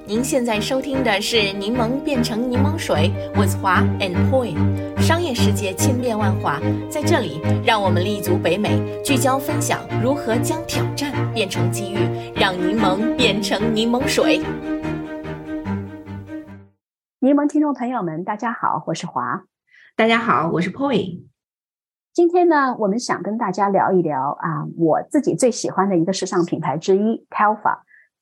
您现在收听的是柠檬变成柠檬水 with 华 and Poi。 商业世界千变万化，在这里让我们立足北美，聚焦分享如何将挑战变成机遇，让柠檬变成柠檬水。 柠檬听众朋友们，大家好，我是华。 大家好，我是 Poi。 今天呢，我们想跟大家聊一聊我自己最喜欢的一个时尚品牌之一 Telfar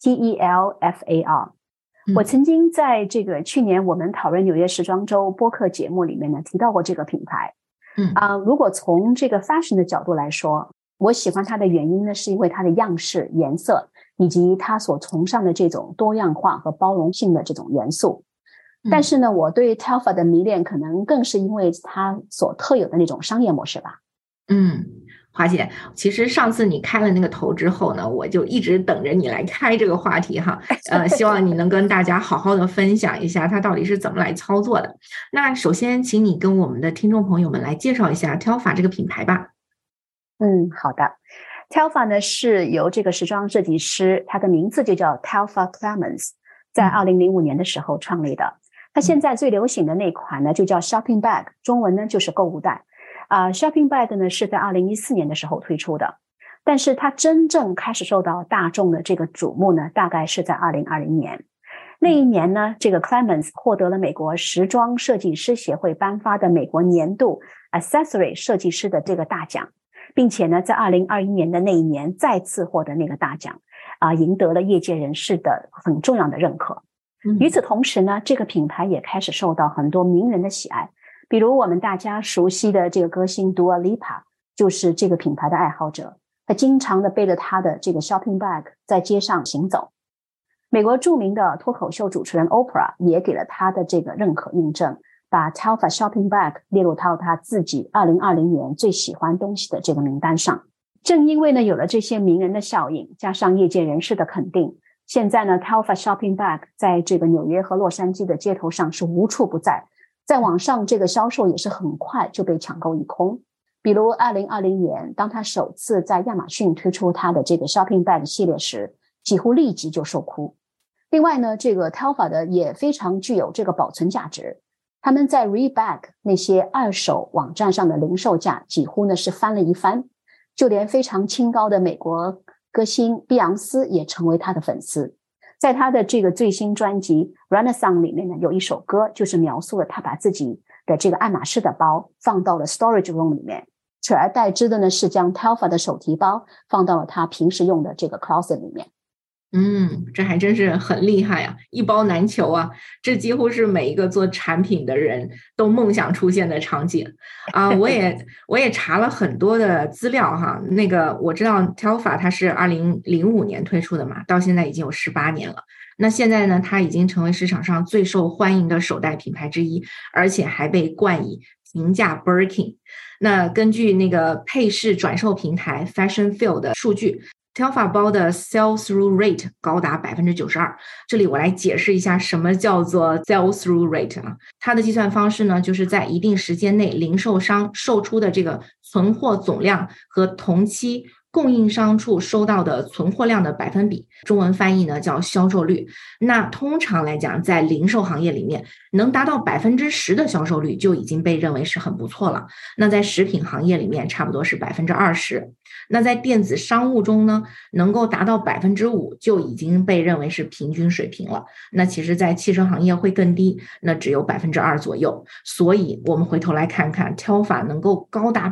T-E-L-F-A-R。我曾经在这个去年我们讨论纽约时装周播客节目里面呢提到过这个品牌。如果从这个 fashion 的角度来说，我喜欢它的原因呢，是因为它的样式、颜色以及它所崇尚的这种多样化和包容性的这种元素。但是呢，我对 Telfar 的迷恋可能更是因为它所特有的那种商业模式吧。 华姐，其实上次你开了那个头之后呢，我就一直等着你来开这个话题哈。希望你能跟大家好好的分享一下它到底是怎么来操作的。那首先请你跟我们的听众朋友们来介绍一下 Telfar 这个品牌吧。 好的。Telfar 呢是由这个时装设计师，他的名字就叫 Telfar Clemens， 在2005年的时候创立的。他现在最流行的那款呢就叫 shopping bag， 中文呢就是购物袋。shopping bag 呢是在2014年的时候推出的，但是它真正开始受到大众的这个瞩目呢，大概是在2020年。那一年呢，这个 Clemens 获得了美国时装设计师协会颁发的美国年度 accessory 设计师的这个大奖，并且呢，在2021年的那一年再次获得那个大奖，赢得了业界人士的很重要的认可。与此同时呢，这个品牌也开始受到很多名人的喜爱。比如我们大家熟悉的这个歌星 Dua Lipa 就是这个品牌的爱好者，他经常的背着他的这个 shopping bag 在街上行走。美国著名的脱口秀主持人 Oprah 也给了他的这个认可印证，把 Telfar shopping bag 列入到他自己2020年最喜欢东西的这个名单上。正因为呢有了这些名人的效应，加上业界人士的肯定，现在呢 Telfar shopping bag 在这个纽约和洛杉矶的街头上是无处不在，在网上这个销售也是很快就被抢购一空。比如2020年当他首次在亚马逊推出他的这个 shopping bag 系列时，几乎立即就售空。另外呢，这个 Telfar 的也非常具有这个保存价值，他们在 Rebag 那些二手网站上的零售价几乎呢是翻了一番，就连非常清高的美国歌星碧昂斯也成为他的粉丝。在他的这个最新专辑 Renaissance 里面呢，有一首歌就是描述了他把自己的这个爱马仕的包放到了 storage room 里面，取而代之的呢是将 Telfar 的手提包放到了他平时用的这个 closet 里面。 这还真是很厉害啊，一包难求啊，这几乎是每一个做产品的人都梦想出现的场景我也查了很多的资料哈。那个我知道 Telfar 它是2005年推出的嘛，到现在已经有18年了。那现在呢，它已经成为市场上最受欢迎的手袋品牌之一，而且还被冠以平价 Birkin。 那根据那个配饰转售平台 Fashion Field 的数据，Telfar 包的 sell-through rate 高达 92%。 这里我来解释一下什么叫做 sell-through rate 啊。它的计算方式呢，就是在一定时间内零售商售出的这个存货总量和同期供应商处收到的存货量的百分比，中文翻译呢叫销售率。那通常来讲，在零售行业里面能达到 10% 的销售率就已经被认为是很不错了。那在食品行业里面差不多是 20%。那在电子商务中呢，能够达到 5% 就已经被认为是平均水平了。那其实在汽车行业会更低，那只有 2% 左右。所以我们回头来看看 Telfar 能够高达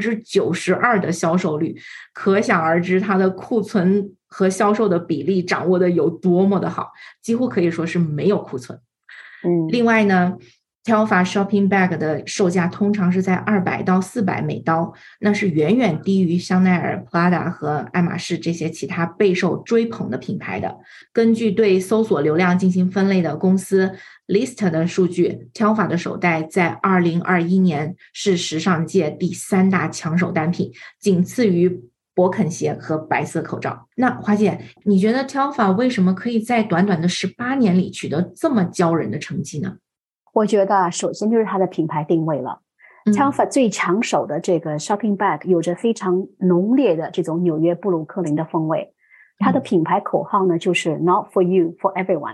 92% 的销售率，可想而知它的库存和销售的比例掌握的有多么的好，几乎可以说是没有库存。另外呢Telfar shopping bag 的售价通常是在200到400美刀，那是远远低于香奈儿、Prada 和爱马仕这些其他备受追捧的品牌的。根据对搜索流量进行分类的公司 List 的数据， Telfar 的手袋在2021年是时尚界第3大抢手单品，仅次于勃肯鞋和白色口罩。那华姐，你觉得 Telfar 为什么可以在短短的18年里取得这么骄人的成绩呢？ 我觉得首先就是它的品牌定位了。Telfar 最抢手的这个 shopping bag 有着非常浓烈的这种纽约布鲁克林的风味。它的品牌口号呢就是 Not for you, for everyone。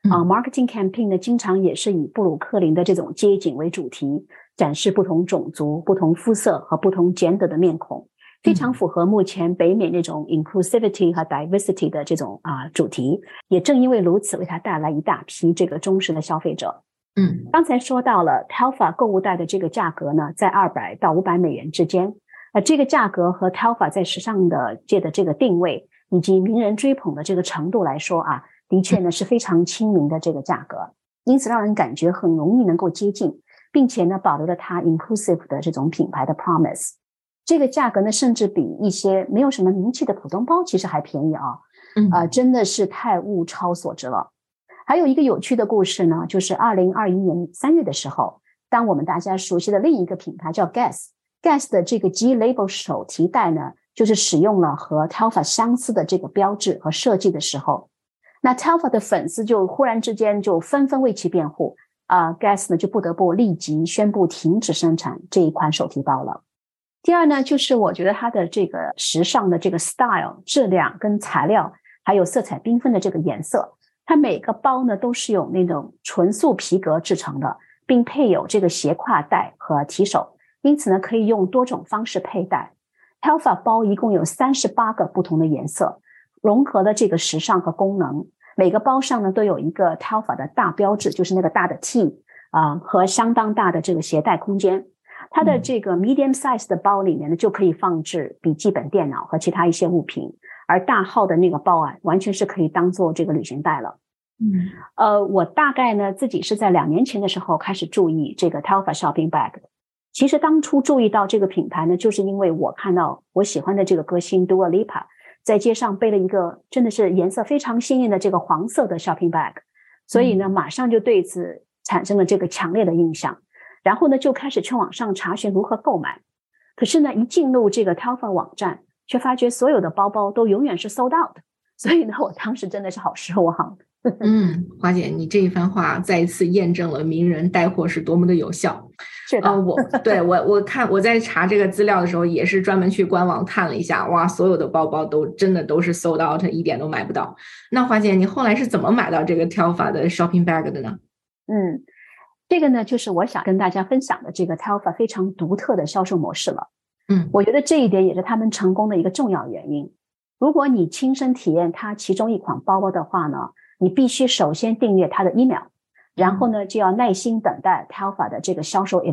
marketing campaign 呢，经常也是以布鲁克林的这种街景为主题，展示不同种族、不同肤色和不同 gender 的面孔，非常符合目前北美那种 inclusivity 和 diversity 的这种主题。也正因为如此，为它带来一大批这个忠实的消费者。刚才说到了 Telfar 购物袋的这个价格呢，在$200到$500之间。这个价格和 Telfar 在时尚的界的这个定位以及名人追捧的这个程度来说的确呢是非常亲民的这个价格，因此让人感觉很容易能够接近，并且呢保留了它 inclusive 的这种品牌的 promise。这个价格呢甚至比一些没有什么名气的普通包其实还便宜真的是太物超所值了。还有一个有趣的故事呢，就是2021年3月的时候，当我们大家熟悉的另一个品牌叫 Guess 的这个 G Label 手提袋呢，就是使用了和 Telfar 相似的这个标志和设计的时候，那 Telfar 的粉丝就忽然之间就纷纷为其辩护Guess 呢就不得不立即宣布停止生产这一款手提包了。第二呢，就是我觉得它的这个时尚的这个 style 质量跟材料还有色彩缤纷的这个颜色，它每个包呢都是用那种纯素皮革制成的，并配有这个斜挎带和提手，因此呢可以用多种方式佩戴。 Telfar 包一共有38个不同的颜色，融合了这个时尚和功能。每个包上呢都有一个 Telfar 的大标志，就是那个大的 T 和相当大的这个携带空间。它的这个 medium size 的包里面呢就可以放置笔记本电脑和其他一些物品，而大号的那个包完全是可以当做这个旅行袋了。我大概呢自己是在2年前的时候开始注意这个 Telfar shopping bag 的。其实当初注意到这个品牌呢，就是因为我看到我喜欢的这个歌星 Dua Lipa 在街上背了一个真的是颜色非常鲜艳的这个黄色的 shopping bag， 所以呢马上就对此产生了这个强烈的印象，然后呢就开始去网上查询如何购买。可是呢一进入这个 Telfar 网站，却发觉所有的包包都永远是 sold out， 所以呢我当时真的是好失望。 华姐，你这一番话再一次验证了名人带货是多么的有效。 是的， 我在查这个资料的时候，也是专门去官网看了一下，哇，所有的包包真的都是 sold out， 一点都买不到。那华姐，你后来是怎么买到这个 Telfar 的 shopping bag 的呢？ 这个呢就是我想跟大家分享的这个 Telfar 非常独特的销售模式了。我觉得这一点也是他们成功的一个重要原因。如果你亲身体验它其中一款包包的话呢，你必须首先订阅它的 email， 然后呢就要耐心等待 Telfar 的这个销售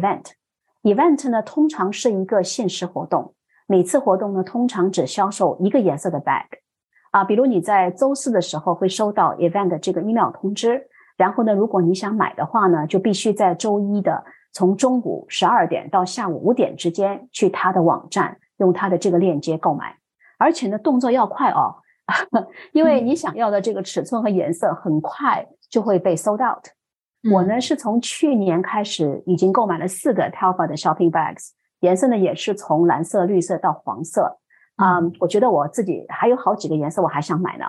event 呢通常是一个限时活动，每次活动呢通常只销售一个颜色的 bag 比如你在周4的时候会收到 event 的这个 email 通知，然后呢如果你想买的话呢，就必须在周1的从中午12点到下午5点之间去它的网站用它的这个链接购买，而且呢动作要快因为你想要的这个尺寸和颜色很快就会被 sold out。我呢是从去年开始已经购买了4个 Telfar 的 shopping bags， 颜色呢也是从蓝色、绿色到黄色。我觉得我自己还有好几个颜色我还想买呢。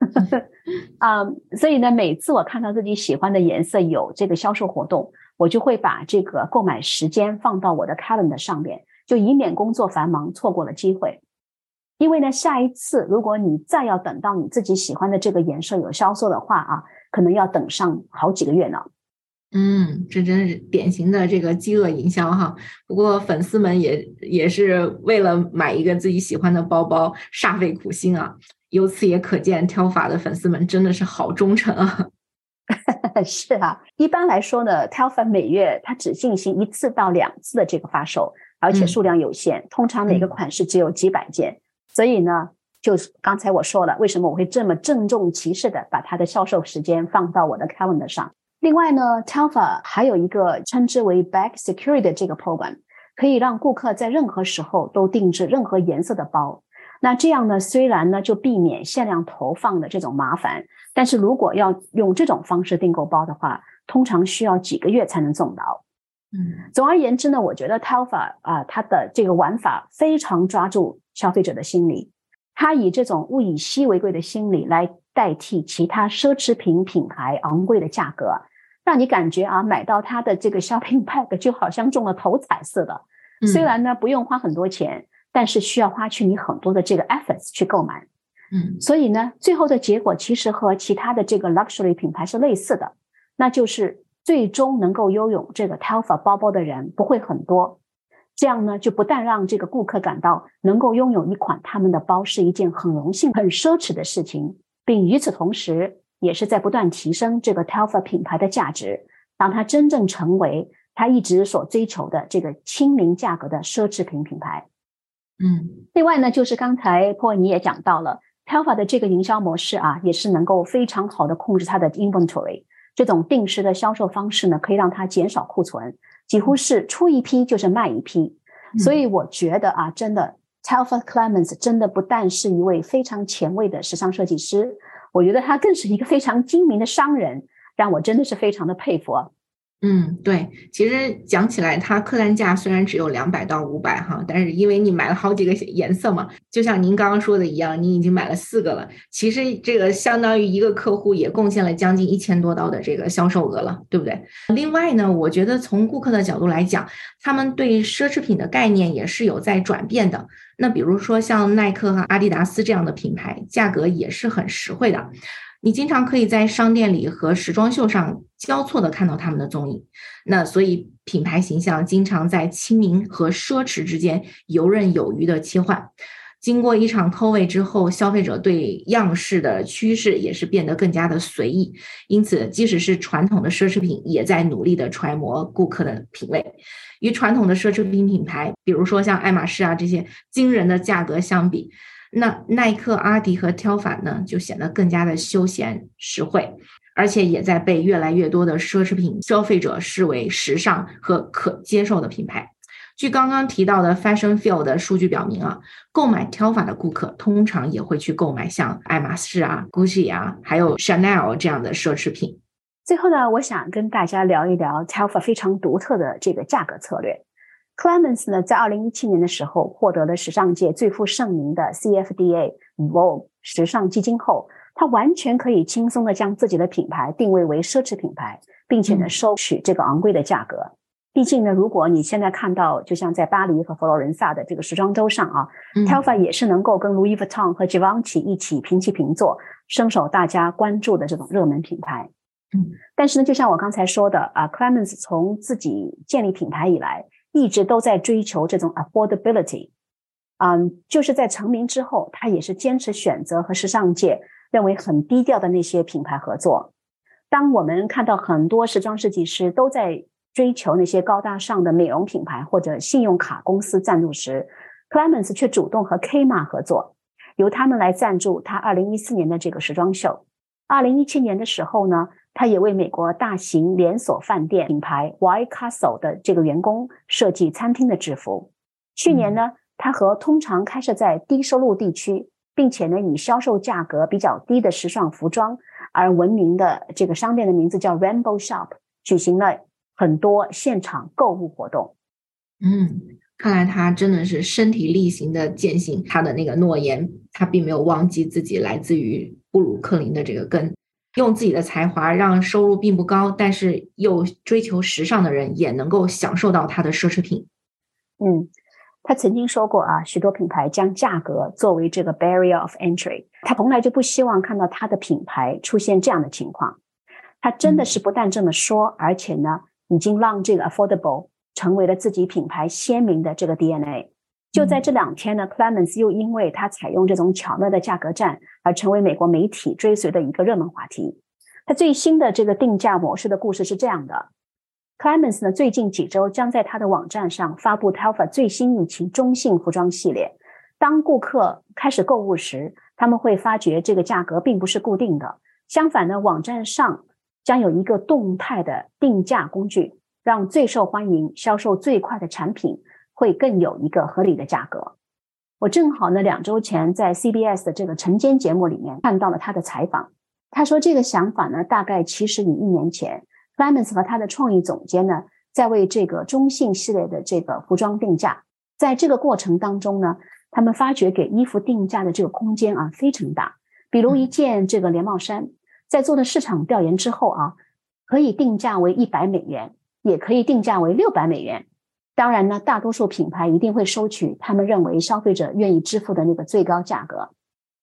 所以呢每次我看到自己喜欢的颜色有这个销售活动，我就会把这个购买时间放到我的 calendar 上面，就以免工作繁忙错过了机会。因为呢下一次如果你再要等到你自己喜欢的这个颜色有销售的话可能要等上好几个月呢。 这真是典型的这个饥饿营销哈。不过粉丝们也是为了买一个自己喜欢的包包煞费苦心由此也可见 Telfar 的粉丝们真的是好忠诚是一般来说呢 Telfar 每月它只进行1次到2次的这个发售，而且数量有限，通常每个款式只有几百件。所以呢就是刚才我说了为什么我会这么郑重其事的把它的销售时间放到我的 calendar 上。另外呢 Telfar 还有一个称之为 Bag Security 的这个 program， 可以让顾客在任何时候都定制任何颜色的包。那这样呢虽然呢就避免限量投放的这种麻烦，但是如果要用这种方式订购包的话，通常需要几个月才能送到。总而言之呢，我觉得 Telfar 它的这个玩法非常抓住消费者的心理，它以这种物以稀为贵的心理来代替其他奢侈品品牌昂贵的价格，让你感觉买到它的这个 shopping bag 就好像中了头彩似的。虽然呢不用花很多钱，但是需要花去你很多的这个 efforts 去购买。 所以呢，最后的结果其实和其他的这个 luxury 品牌是类似的，那就是最终能够拥有这个 Telfar 包包的人不会很多。这样呢，就不但让这个顾客感到能够拥有一款他们的包是一件很荣幸、很奢侈的事情，并与此同时，也是在不断提升这个 Telfar 品牌的价值，让它真正成为他一直所追求的这个亲民价格的奢侈品品牌。另外呢，就是刚才 Paul 你也讲到了 Telfar 的这个营销模式啊，也是能够非常好的控制它的 inventory。这种定时的销售方式呢，可以让它减少库存，几乎是出一批就是卖一批。所以我觉得啊，真的 Telfar Clemens 真的不但是一位非常前卫的时尚设计师，我觉得他更是一个非常精明的商人，让我真的是非常的佩服啊。 对，其实讲起来，它客单价虽然只有200到500哈，但是因为你买了好几个颜色嘛，就像您刚刚说的一样，你已经买了4个了，其实这个相当于一个客户也贡献了将近1000多刀的这个销售额了，对不对？另外呢，我觉得从顾客的角度来讲，他们对奢侈品的概念也是有在转变的。那比如说像耐克和阿迪达斯这样的品牌，价格也是很实惠的。你经常可以在商店里和时装秀上交错的看到他们的踪影，那所以品牌形象经常在亲民和奢侈之间游刃有余的切换。经过一场抠位之后，消费者对样式的趋势也是变得更加的随意，因此即使是传统的奢侈品也在努力的揣摩顾客的品味。与传统的奢侈品品牌，比如说像爱马仕啊这些惊人的价格相比，那耐克、阿迪和Telfar呢，就显得更加的休闲实惠，而且也在被越来越多的奢侈品消费者视为时尚和可接受的品牌。据刚刚提到的 Fashion Field 的数据表明啊，购买 Telfar 的顾客通常也会去购买像爱马仕啊、Gucci 啊，还有 Chanel 这样的奢侈品。 最后呢，我想跟大家聊一聊 Telfar 非常独特的这个价格策略。Clemens 呢，在2017年的时候获得了时尚界最负盛名的 CFDA Vogue 时尚基金后，他完全可以轻松的将自己的品牌定位为奢侈品牌，并且呢收取这个昂贵的价格。毕竟呢，如果你现在看到，就像在巴黎和佛罗伦萨的这个时装周上啊，Telfar 也是能够跟 Louis Vuitton 和 Givenchy 一起平起平坐，深受大家关注的这种热门品牌。但是呢，就像我刚才说的啊 ，Clemens 从自己建立品牌以来，一直都在追求这种 affordability，就是在成名之后，他也是坚持选择和时尚界认为很低调的那些品牌合作。当我们看到很多时装设计师都在追求那些高大上的美容品牌或者信用卡公司赞助时， Clemens 却主动和 Kmart 合作，由他们来赞助他2014年的这个时装秀。2017年的时候呢，他也为美国大型连锁饭店品牌 White Castle 的这个员工设计餐厅的制服。去年呢，他和通常开设在低收入地区，并且呢以销售价格比较低的时尚服装而闻名的这个商店的名字叫 Rainbow Shop， 举行了很多现场购物活动。 看来他真的是身体力行的践行他的那个诺言，他并没有忘记自己来自于布鲁克林的这个根，用自己的才华让收入并不高但是又追求时尚的人也能够享受到他的奢侈品。 他曾经说过啊，许多品牌将价格作为这个 barrier of entry， 他从来就不希望看到他的品牌出现这样的情况。他真的是不但这么说，而且呢已经让这个 affordable 成为了自己品牌鲜明的这个 DNA。 就在这2天呢， Clemens 又因为他采用这种巧妙的价格战而成为美国媒体追随的一个热门话题。他最新的这个定价模式的故事是这样的， Clemens 呢最近几周将在他的网站上发布 Telfar 最新一期中性服装系列。当顾客开始购物时，他们会发觉这个价格并不是固定的，相反呢，网站上将有一个动态的定价工具，让最受欢迎、销售最快的产品会更有一个合理的价格。我正好呢2周前在 CBS 的这个晨间节目里面看到了他的采访。他说这个想法呢大概其实于1年前， Clemens 和他的创意总监呢在为这个中性系列的这个服装定价。在这个过程当中呢，他们发觉给衣服定价的这个空间啊非常大。比如一件这个连帽衫，在做了市场调研之后啊，可以定价为$100，也可以定价为$600。当然呢，大多数品牌一定会收取他们认为消费者愿意支付的那个最高价格。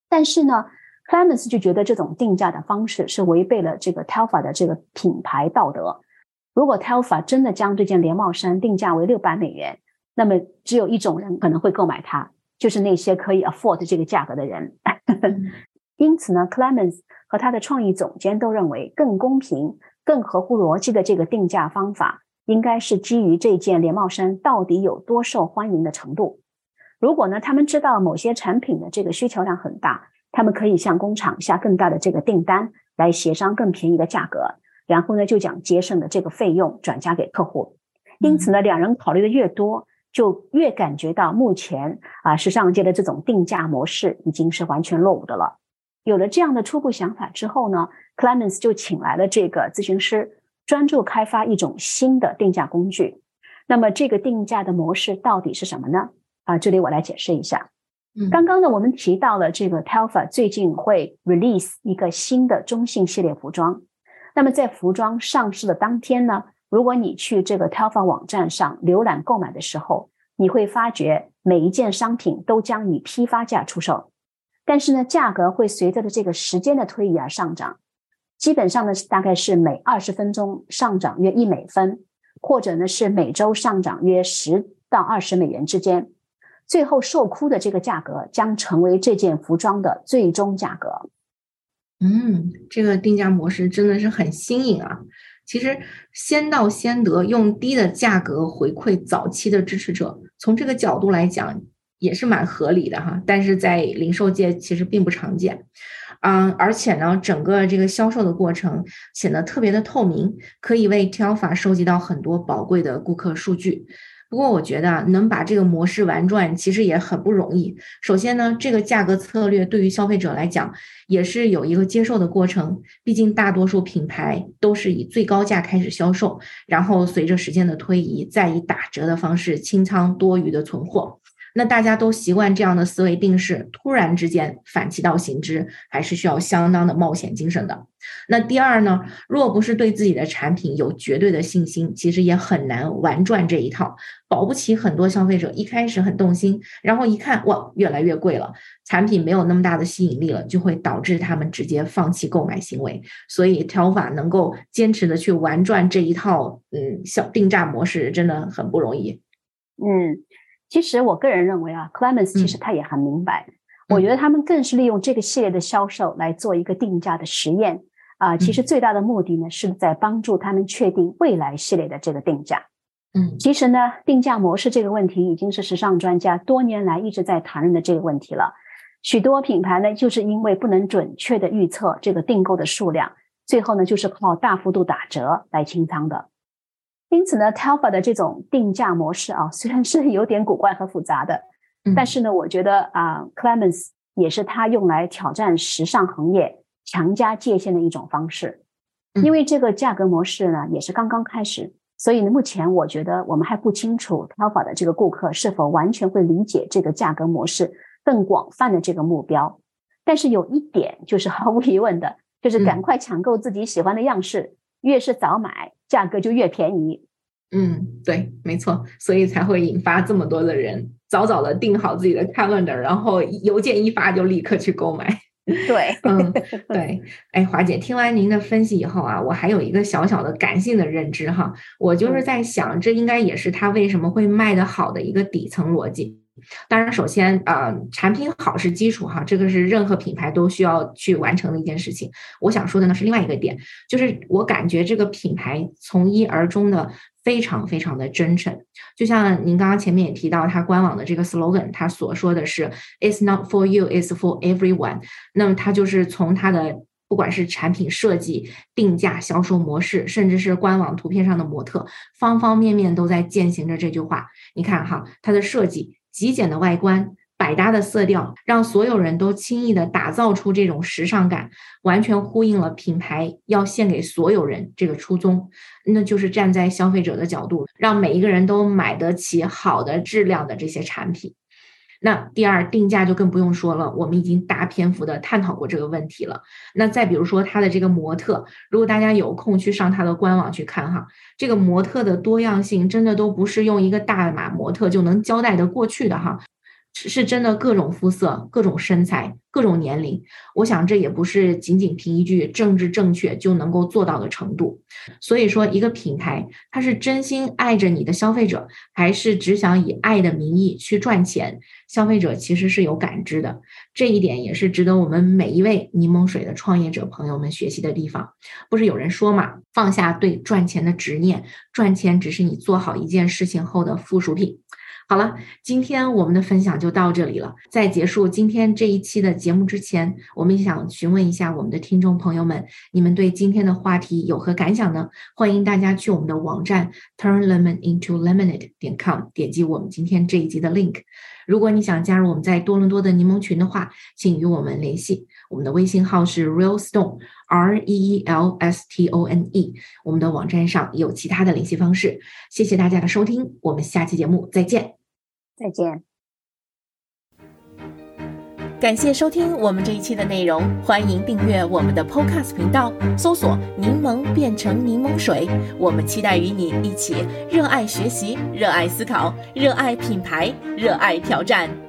但是呢，Clemens 就觉得这种定价的方式是违背了这个 Telfar 的这个品牌道德。如果 Telfar 真的将这件连帽衫定价为$600，那么只有一种人可能会购买它，就是那些可以 afford 这个价格的人。因此呢 Clemens 和他的创意总监都认为更公平、更合乎逻辑的这个定价方法应该是基于这件连帽衫到底有多受欢迎的程度。如果呢他们知道某些产品的这个需求量很大，他们可以向工厂下更大的这个订单来协商更便宜的价格，然后呢就将节省的这个费用转嫁给客户。因此呢两人考虑的越多，就越感觉到目前时尚界的这种定价模式已经是完全落伍的了。有了这样的初步想法之后呢 Clemens 就请来了这个咨询师，专注开发一种新的定价工具。那么这个定价的模式到底是什么呢？这里我来解释一下。刚刚呢我们提到了这个 Telfar 最近会 release 一个新的中性系列服装。那么在服装上市的当天呢，如果你去这个 Telfar 网站上浏览购买的时候，你会发觉每一件商品都将以批发价出售，但是呢价格会随着这个时间的推移而上涨，基本上呢大概是每20分钟上涨约1美分，或者呢是每周上涨约$10到$20之间，最后售出的这个价格将成为这件服装的最终价格。 这个定价模式真的是很新颖啊。其实先到先得，用低的价格回馈早期的支持者，从这个角度来讲也是蛮合理的哈，但是在零售界其实并不常见。而且呢整个这个销售的过程显得特别的透明，可以为 Telfar 收集到很多宝贵的顾客数据。不过我觉得能把这个模式玩转其实也很不容易。首先呢，这个价格策略对于消费者来讲也是有一个接受的过程，毕竟大多数品牌都是以最高价开始销售，然后随着时间的推移再以打折的方式清仓多余的存货。那大家都习惯这样的思维定式，突然之间反其道行之，还是需要相当的冒险精神的。那第二呢，若不是对自己的产品有绝对的信心，其实也很难玩转这一套。保不齐很多消费者一开始很动心，然后一看哇越来越贵了，产品没有那么大的吸引力了，就会导致他们直接放弃购买行为。所以 Telfar 能够坚持的去玩转这一套小定价模式真的很不容易。 其实我个人认为Clemens 其实他也很明白，我觉得他们更是利用这个系列的销售来做一个定价的实验其实最大的目的呢是在帮助他们确定未来系列的这个定价。其实呢定价模式这个问题已经是时尚专家多年来一直在谈论的这个问题了。许多品牌呢就是因为不能准确的预测这个订购的数量，最后呢就是靠大幅度打折来清仓的。因此呢 Telfar 的这种定价模式虽然是有点古怪和复杂的，但是呢我觉得Clemens 也是他用来挑战时尚行业强加界限的一种方式。因为这个价格模式呢也是刚刚开始，所以呢目前我觉得我们还不清楚 Telfar 的这个顾客是否完全会理解这个价格模式更广泛的这个目标。但是有一点就是毫无疑问的，就是赶快抢购自己喜欢的样式，越是早买价格就越便宜。 对，没错，所以才会引发这么多的人早早的定好自己的 calendar， 然后邮件一发就立刻去购买。 对， 对，华姐，听完您的分析以后我还有一个小小的感性的认知哈，我就是在想，这应该也是它为什么会卖得好的一个底层逻辑。当然首先产品好是基础哈，这个是任何品牌都需要去完成的一件事情。我想说的呢是另外一个点，就是我感觉这个品牌从一而终的非常非常的真诚。就像您刚刚前面也提到它官网的这个 slogan， 它所说的是 It's not for you, it's for everyone。 那么它就是从它的不管是产品设计、定价、销售模式，甚至是官网图片上的模特，方方面面都在践行着这句话。你看哈，它的设计极简的外观，百搭的色调，让所有人都轻易的打造出这种时尚感，完全呼应了品牌要献给所有人这个初衷，那就是站在消费者的角度，让每一个人都买得起好的质量的这些产品。那第二，定价就更不用说了，我们已经大篇幅的探讨过这个问题了。那再比如说它的这个模特，如果大家有空去上它的官网去看哈，这个模特的多样性真的都不是用一个大码模特就能交代得过去的哈。 是真的各种肤色、各种身材、各种年龄。我想这也不是仅仅凭一句政治正确就能够做到的程度。所以说，一个品牌它是真心爱着你的消费者，还是只想以爱的名义去赚钱，消费者其实是有感知的。这一点也是值得我们每一位柠檬水的创业者朋友们学习的地方。不是有人说嘛，放下对赚钱的执念，赚钱只是你做好一件事情后的附属品。好了，今天我们的分享就到这里了。在结束今天这一期的节目之前，我们也想询问一下我们的听众朋友们，你们对今天的话题有何感想呢？欢迎大家去我们的网站 turnlemonintolemonade.com 点击我们今天这一集的 link。如果你想加入我们在多伦多的柠檬群的话，请与我们联系。我们的微信号是 realstone REELSTONE， 我们的网站上也有其他的联系方式。谢谢大家的收听，我们下期节目再见。 再见。 感谢收听我们这一期的内容，欢迎订阅我们的 Podcast 频道，搜索柠檬变成柠檬水。我们期待与你一起热爱学习，热爱思考，热爱品牌，热爱挑战。